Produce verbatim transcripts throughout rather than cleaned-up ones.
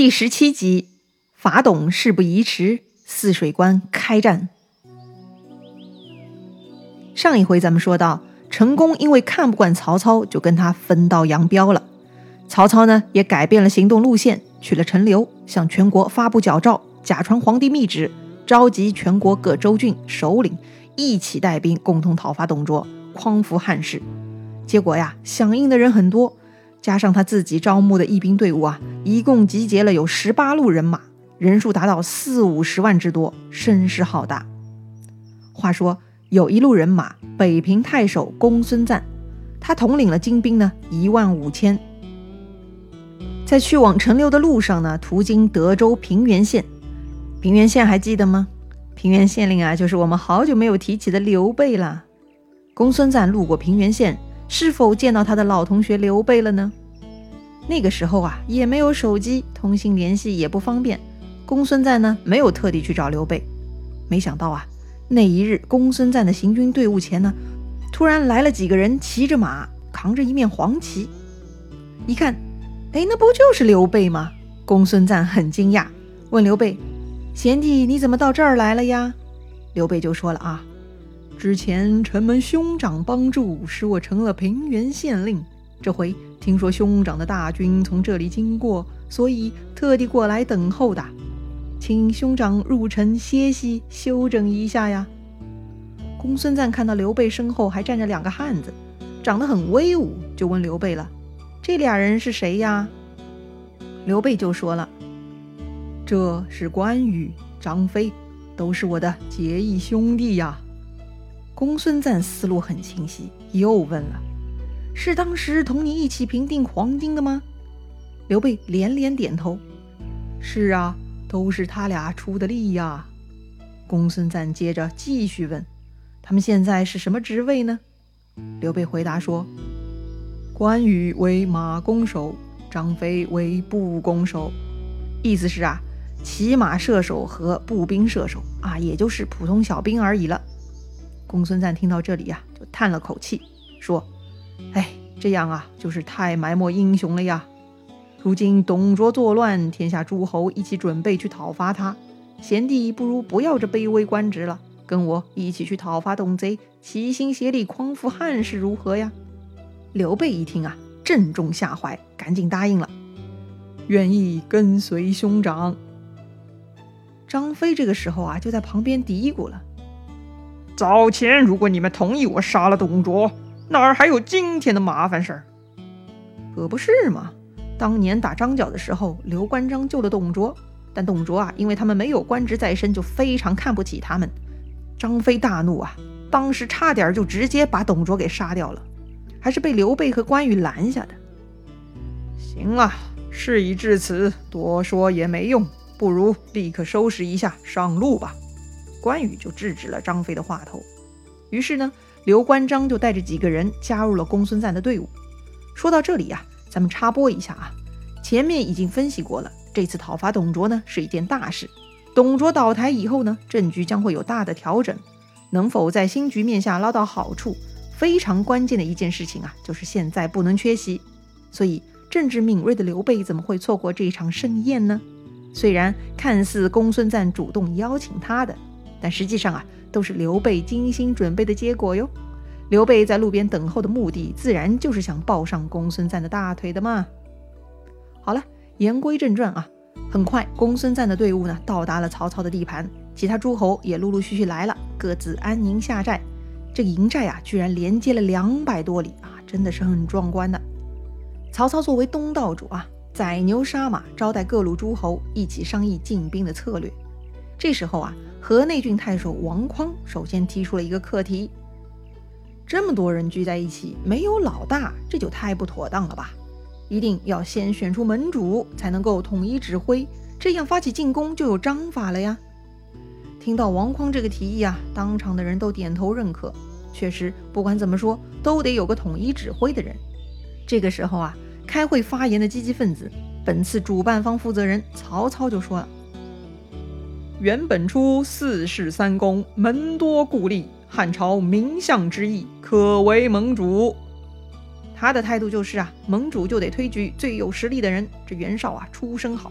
第十七集，法董事不宜迟，泗水关开战。上一回咱们说到，陈宫因为看不惯曹操，就跟他分道扬镳了。曹操呢，也改变了行动路线，去了陈留，向全国发布矫诏，假传皇帝密旨，召集全国各州郡首领一起带兵，共同讨伐董卓，匡扶汉室。结果呀，响应的人很多，加上他自己招募的义兵队伍啊，一共集结了有十八路人马，人数达到四五十万之多，声势浩大。话说有一路人马，北平太守公孙瓒，他统领了精兵呢一万五千。在去往陈留的路上呢，途经德州平原县。平原县还记得吗？平原县令啊，就是我们好久没有提起的刘备啦。公孙瓒路过平原县，是否见到他的老同学刘备了呢？那个时候啊，也没有手机，通信联系也不方便。公孙瓒呢，没有特地去找刘备。没想到啊，那一日公孙瓒的行军队伍前呢，突然来了几个人，骑着马，扛着一面黄旗。一看，哎，那不就是刘备吗？公孙瓒很惊讶，问刘备：“贤弟，你怎么到这儿来了呀？”刘备就说了啊：“之前城门兄长帮助，使我成了平原县令。这回听说兄长的大军从这里经过，所以特地过来等候的，请兄长入城歇息休整一下呀。”公孙瓒看到刘备身后还站着两个汉子，长得很威武，就问刘备了：“这俩人是谁呀？”刘备就说了：“这是关羽、张飞，都是我的结义兄弟呀。”公孙瓒思路很清晰，又问了：“是当时同你一起平定黄巾的吗？”刘备连连点头：“是啊，都是他俩出的力呀。”公孙瓒接着继续问：“他们现在是什么职位呢？”刘备回答说：“关羽为马弓手，张飞为步弓手。”意思是啊，骑马射手和步兵射手啊，也就是普通小兵而已了。公孙瓒听到这里呀、啊，就叹了口气，说：“哎，这样啊，就是太埋没英雄了呀。如今董卓作乱，天下诸侯一起准备去讨伐他，贤弟不如不要这卑微官职了，跟我一起去讨伐董贼，齐心协力匡扶汉室如何呀？”刘备一听啊，正中下怀，赶紧答应了：“愿意跟随兄长。”张飞这个时候啊，就在旁边嘀咕了：“早前如果你们同意我杀了董卓，哪儿还有今天的麻烦事儿？可不是嘛？当年打张角的时候，刘关张救了董卓，但董卓啊，因为他们没有官职在身，就非常看不起他们。张飞大怒啊，当时差点就直接把董卓给杀掉了，还是被刘备和关羽拦下的。行了，事已至此，多说也没用，不如立刻收拾一下，上路吧。”关羽就制止了张飞的话头。于是呢，刘关张就带着几个人加入了公孙瓒的队伍。说到这里呀、啊，咱们插播一下啊，前面已经分析过了，这次讨伐董卓呢是一件大事。董卓倒台以后呢，政局将会有大的调整，能否在新局面下捞到好处，非常关键的一件事情啊，就是现在不能缺席。所以政治敏锐的刘备怎么会错过这场盛宴呢？虽然看似公孙瓒主动邀请他的，但实际上啊，都是刘备精心准备的结果哟。刘备在路边等候的目的，自然就是想抱上公孙瓒的大腿的嘛。好了，言归正传啊，很快公孙瓒的队伍呢，到达了曹操的地盘，其他诸侯也陆陆续续来了，各自安营下寨。这个营寨啊，居然连接了两百多里啊，真的是很壮观的。曹操作为东道主啊，宰牛杀马，招待各路诸侯，一起商议进兵的策略。这时候啊，河内郡太守王匡首先提出了一个课题：这么多人聚在一起，没有老大，这就太不妥当了吧？一定要先选出门主，才能够统一指挥，这样发起进攻就有章法了呀。听到王匡这个提议啊，当场的人都点头认可。确实，不管怎么说，都得有个统一指挥的人。这个时候啊，开会发言的积极分子，本次主办方负责人曹操就说了：“原本初四世三公，门多故吏，汉朝民相之意，可为盟主。”他的态度就是啊，盟主就得推举最有实力的人。这袁绍啊，出身好，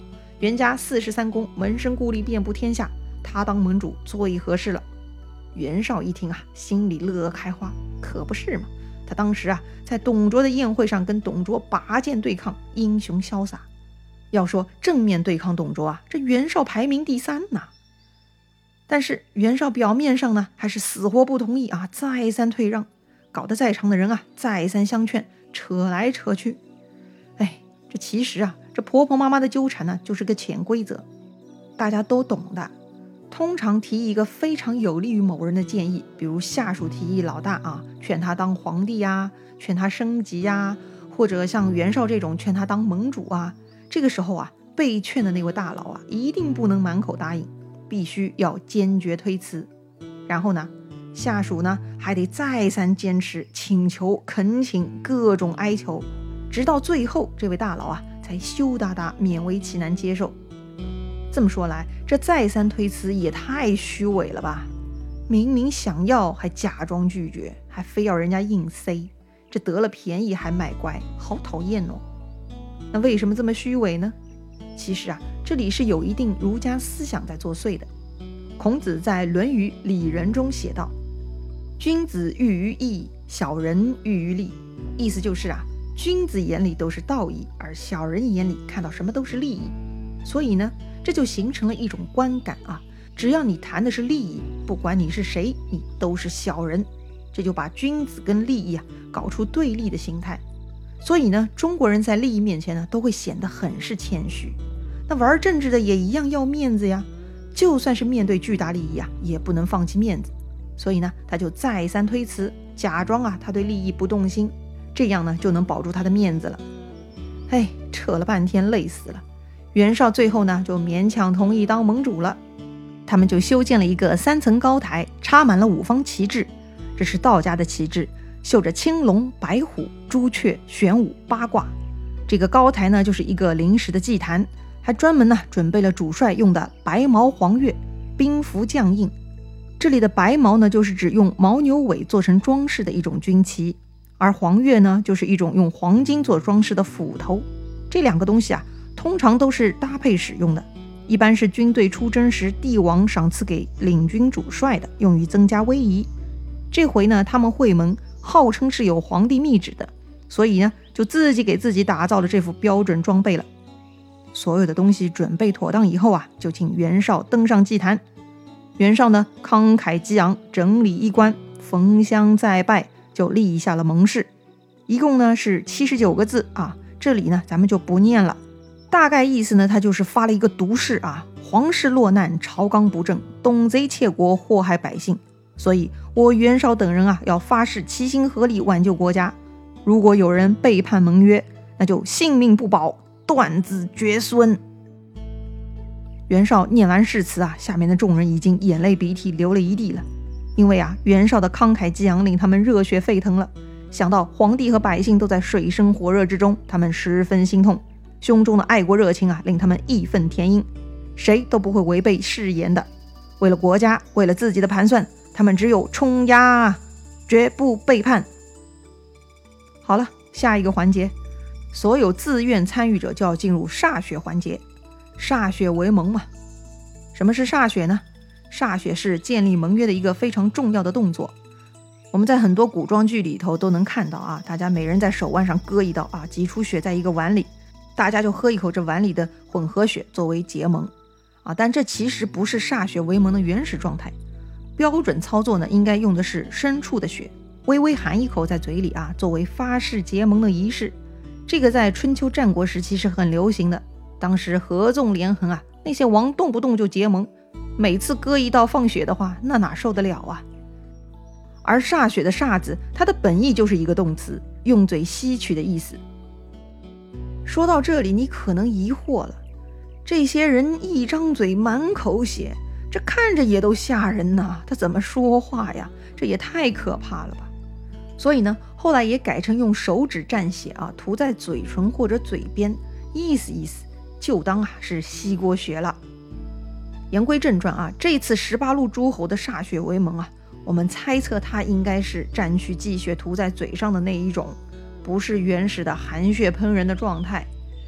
袁家四十三公，门生故吏遍布天下，他当盟主最合适了。袁绍一听啊，心里乐开花，可不是嘛？他当时啊，在董卓的宴会上跟董卓拔剑对抗，英雄潇洒。要说正面对抗董卓啊，这袁绍排名第三呐。但是袁绍表面上呢，还是死活不同意啊，再三退让，搞得在场的人啊，再三相劝，扯来扯去。哎，这其实啊，这婆婆妈妈的纠缠呢，就是个潜规则，大家都懂的。通常提议一个非常有利于某人的建议，比如下属提议老大啊，劝他当皇帝呀，劝他升级呀，或者像袁绍这种劝他当盟主啊，这个时候啊，被劝的那位大佬啊，一定不能满口答应，必须要坚决推辞。然后呢，下属呢还得再三坚持，请求恳请，各种哀求，直到最后这位大佬啊才羞答答勉为其难接受。这么说来，这再三推辞也太虚伪了吧？明明想要还假装拒绝，还非要人家硬塞，这得了便宜还卖乖，好讨厌哦。那为什么这么虚伪呢？其实啊，这里是有一定儒家思想在作祟的。孔子在《论语里仁》中写道：君子喻于义，小人喻于利。意思就是啊，君子眼里都是道义，而小人眼里看到什么都是利益。所以呢，这就形成了一种观感啊，只要你谈的是利益，不管你是谁，你都是小人。这就把君子跟利益啊搞出对立的心态。所以呢，中国人在利益面前呢，都会显得很是谦虚。那玩政治的也一样要面子呀，就算是面对巨大利益啊，也不能放弃面子。所以呢，他就再三推辞，假装啊他对利益不动心，这样呢就能保住他的面子了。哎，扯了半天累死了。袁绍最后呢就勉强同意当盟主了。他们就修建了一个三层高台，插满了五方旗帜，这是道家的旗帜，绣着青龙、白虎、朱雀、玄武、八卦。这个高台呢就是一个临时的祭坛，还专门呢准备了主帅用的白毛黄钺、兵符将印。这里的白毛呢就是指用牦牛尾做成装饰的一种军旗，而黄钺呢就是一种用黄金做装饰的斧头。这两个东西啊通常都是搭配使用的，一般是军队出征时帝王赏赐给领军主帅的，用于增加威仪。这回呢，他们会盟号称是有皇帝密旨的，所以呢，就自己给自己打造了这副标准装备了。所有的东西准备妥当以后啊，就请袁绍登上祭坛。袁绍呢，慷慨激昂，整理衣冠，焚香再拜，就立下了盟誓。一共呢是七十九个字啊，这里呢咱们就不念了。大概意思呢，他就是发了一个毒誓啊，皇室落难，朝纲不正，董贼窃国，祸害百姓。所以我袁绍等人啊，要发誓齐心合力挽救国家。如果有人背叛盟约，那就性命不保，断子绝孙。袁绍念完誓词啊，下面的众人已经眼泪鼻涕流了一地了，因为啊，袁绍的慷慨激昂令他们热血沸腾了。想到皇帝和百姓都在水深火热之中，他们十分心痛。胸中的爱国热情啊，令他们义愤填膺，谁都不会违背誓言的。为了国家，为了自己的盘算，他们只有冲呀，绝不背叛。好了，下一个环节，所有自愿参与者就要进入歃血环节。歃血为盟嘛。什么是歃血呢？歃血是建立盟约的一个非常重要的动作。我们在很多古装剧里头都能看到啊，大家每人在手腕上割一刀啊，挤出血在一个碗里，大家就喝一口这碗里的混合血作为结盟啊。但这其实不是歃血为盟的原始状态，标准操作呢应该用的是牲畜的血，微微含一口在嘴里啊，作为发誓结盟的仪式。这个在春秋战国时期是很流行的，当时合纵连横啊，那些王动不动就结盟，每次割一刀放血的话，那哪受得了啊。而歃血的歃字，它的本意就是一个动词，用嘴吸取的意思。说到这里，你可能疑惑了，这些人一张嘴满口血，这看着也都吓人呐，他怎么说话呀？这也太可怕了吧。所以呢，后来也改成用手指蘸血啊，涂在嘴唇或者嘴边，意思意思，就当啊是吸过血了。言归正传啊，这次十八路诸侯的歃血为盟啊，我们猜测他应该是蘸取祭血涂在嘴上的那一种，不是原始的含血喷人的状态。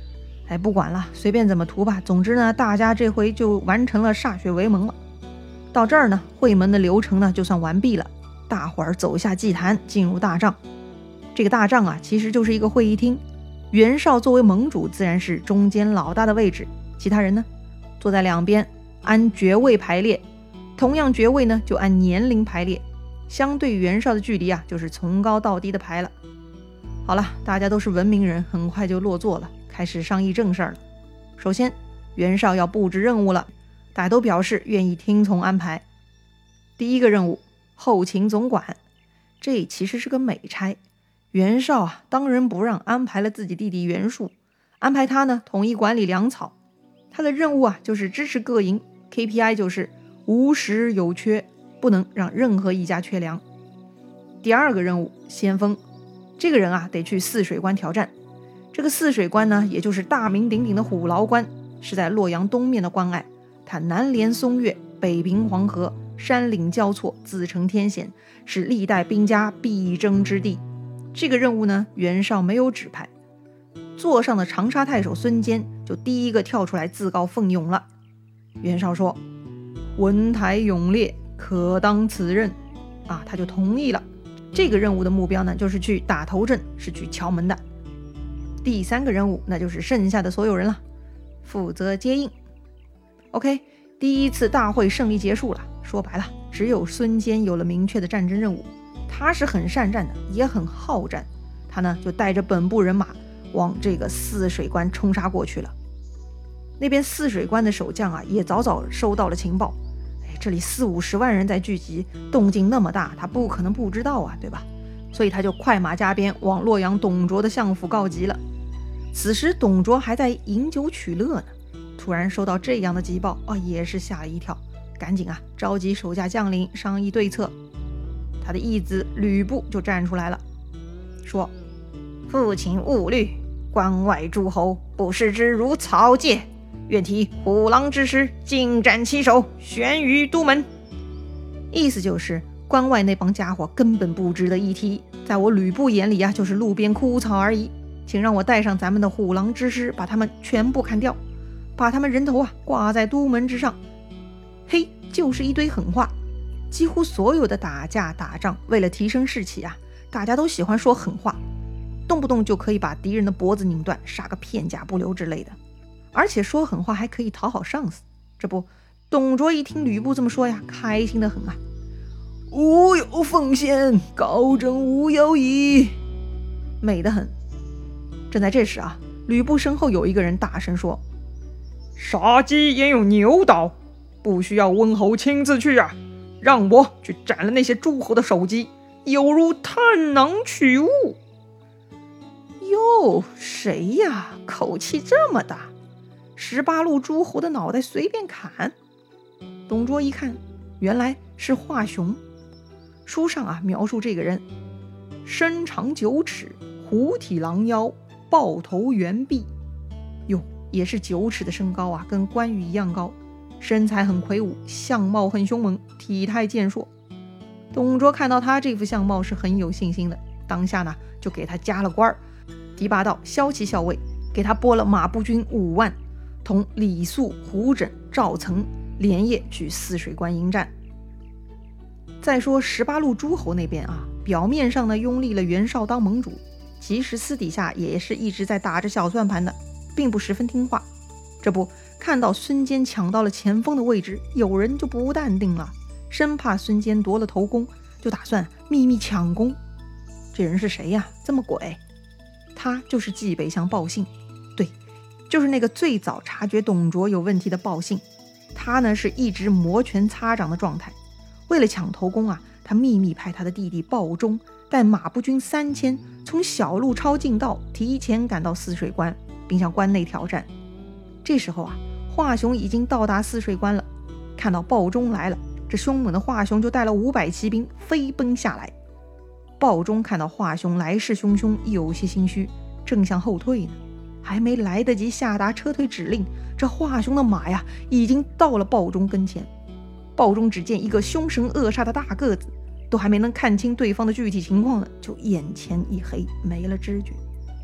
哎，不管了，随便怎么涂吧。总之呢，大家这回就完成了歃血为盟了。到这儿呢，会盟的流程呢就算完毕了。大伙儿走下祭坛，进入大帐。这个大帐啊，其实就是一个会议厅。袁绍作为盟主，自然是中间老大的位置。其他人呢，坐在两边，按爵位排列。同样爵位呢，就按年龄排列。相对袁绍的距离啊，就是从高到低的排了。好了，大家都是文明人，很快就落座了，开始商议正事儿了。首先，袁绍要布置任务了，大家都表示愿意听从安排。第一个任务，后勤总管，这其实是个美差。袁绍啊，当仁不让安排了自己弟弟袁术，安排他呢统一管理粮草。他的任务啊，就是支持各营 ，K P I 就是无时有缺，不能让任何一家缺粮。第二个任务，先锋，这个人啊得去泗水关挑战。这个泗水关呢，也就是大名鼎鼎的虎牢关，是在洛阳东面的关隘。它南连松岳，北平黄河，山岭交错，自成天险，是历代兵家必争之地。这个任务呢，袁绍没有指派，座上的长沙太守孙坚就第一个跳出来自告奋勇了。袁绍说：“文台勇烈，可当此任。”啊，他就同意了。这个任务的目标呢，就是去打头阵，是去敲门的。第三个任务，那就是剩下的所有人了，负责接应。OK， 第一次大会胜利结束了。说白了，只有孙坚有了明确的战争任务。他是很善战的，也很好战。他呢，就带着本部人马往这个泗水关冲杀过去了。那边泗水关的守将啊，也早早收到了情报。哎，这里四五十万人在聚集，动静那么大，他不可能不知道啊，对吧？所以他就快马加鞭往洛阳董卓的相府告急了。此时董卓还在饮酒取乐呢，突然收到这样的急报啊，也是吓了一跳，赶紧啊召集手下将领商议对策。他的义子吕布就站出来了，说：“父亲勿虑，关外诸侯不视之如草芥，愿提虎狼之师，尽斩其首，悬于都门。”意思就是关外那帮家伙根本不值得一提，在我吕布眼里啊，就是路边枯草而已。请让我带上咱们的虎狼之师，把他们全部砍掉，把他们人头啊挂在都门之上。嘿，就是一堆狠话。几乎所有的打架打仗，为了提升士气啊，大家都喜欢说狠话，动不动就可以把敌人的脖子拧断，杀个片甲不留之类的。而且说狠话还可以讨好上司。这不，董卓一听吕布这么说呀，开心的很啊。吾有奉献，高枕无忧矣，美得很。正在这时啊，吕布身后有一个人大声说：“杀鸡焉用牛刀，不需要温侯亲自去啊，让我去斩了那些诸侯的首级，犹如探囊取物。”哟，谁呀？口气这么大，十八路诸侯的脑袋随便砍。董卓一看，原来是华雄。书上啊描述这个人：身长九尺，虎体狼腰，豹头圆臂。哟，也是九尺的身高啊，跟关羽一样高。身材很魁梧，相貌很凶猛，体态健硕。董卓看到他这副相貌是很有信心的，当下呢就给他加了官，提拔到骁骑校尉，给他拨了马步军五万，同李肃、胡轸、赵岑连夜去泗水关迎战。再说十八路诸侯那边啊，表面上呢拥立了袁绍当盟主，其实私底下也是一直在打着小算盘的，并不十分听话。这不，看到孙坚抢到了前锋的位置，有人就不淡定了，生怕孙坚夺了头功，就打算秘密抢功。这人是谁呀？这么鬼？他就是冀北乡鲍信，对，就是那个最早察觉董卓有问题的鲍信。他呢是一直摩拳擦掌的状态，为了抢头功啊，他秘密派他的弟弟鲍忠带马步军三千，从小路抄近道，提前赶到泗水关，并向关内挑战。这时候啊，华雄已经到达泗水关了，看到鲍忠来了，这凶猛的华雄就带了五百骑兵飞奔下来。鲍忠看到华雄来势汹汹，有些心虚，正向后退呢，还没来得及下达撤退指令，这华雄的马呀已经到了鲍忠跟前。鲍忠只见一个凶神恶煞的大个子，都还没能看清对方的具体情况呢，就眼前一黑，没了知觉。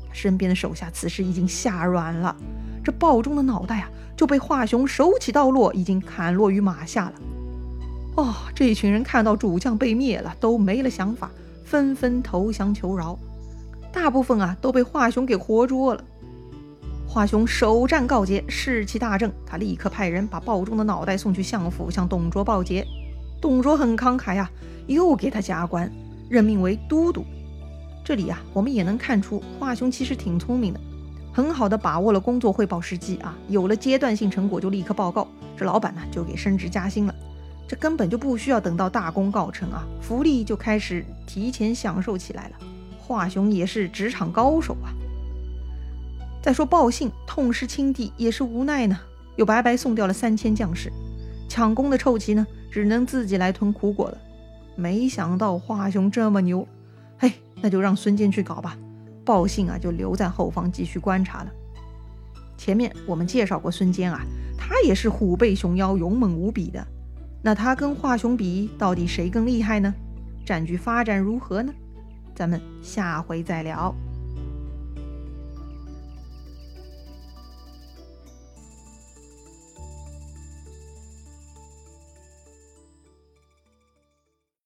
身边的手下此时已经吓软了，这鲍忠的脑袋啊就被华雄手起刀落，已经砍落于马下了。哦，这一群人看到主将被灭了，都没了想法，纷纷投降求饶，大部分啊都被华雄给活捉了。华雄首战告捷，士气大振，他立刻派人把鲍忠的脑袋送去相府，向董卓报捷。董卓很慷慨啊，又给他加官，任命为都督。这里啊，我们也能看出华雄其实挺聪明的，很好的把握了工作汇报时机啊，有了阶段性成果就立刻报告，这老板呢就给升职加薪了，这根本就不需要等到大功告成啊，福利就开始提前享受起来了。华雄也是职场高手啊。再说鲍信痛失亲弟，也是无奈呢，又白白送掉了三千将士，抢功的臭棋呢，只能自己来吞苦果了。没想到华雄这么牛，嘿，那就让孙坚去搞吧。鲍信啊，就留在后方继续观察了。前面我们介绍过孙坚啊，他也是虎背熊腰，勇猛无比的。那他跟华雄比，到底谁更厉害呢？战局发展如何呢？咱们下回再聊。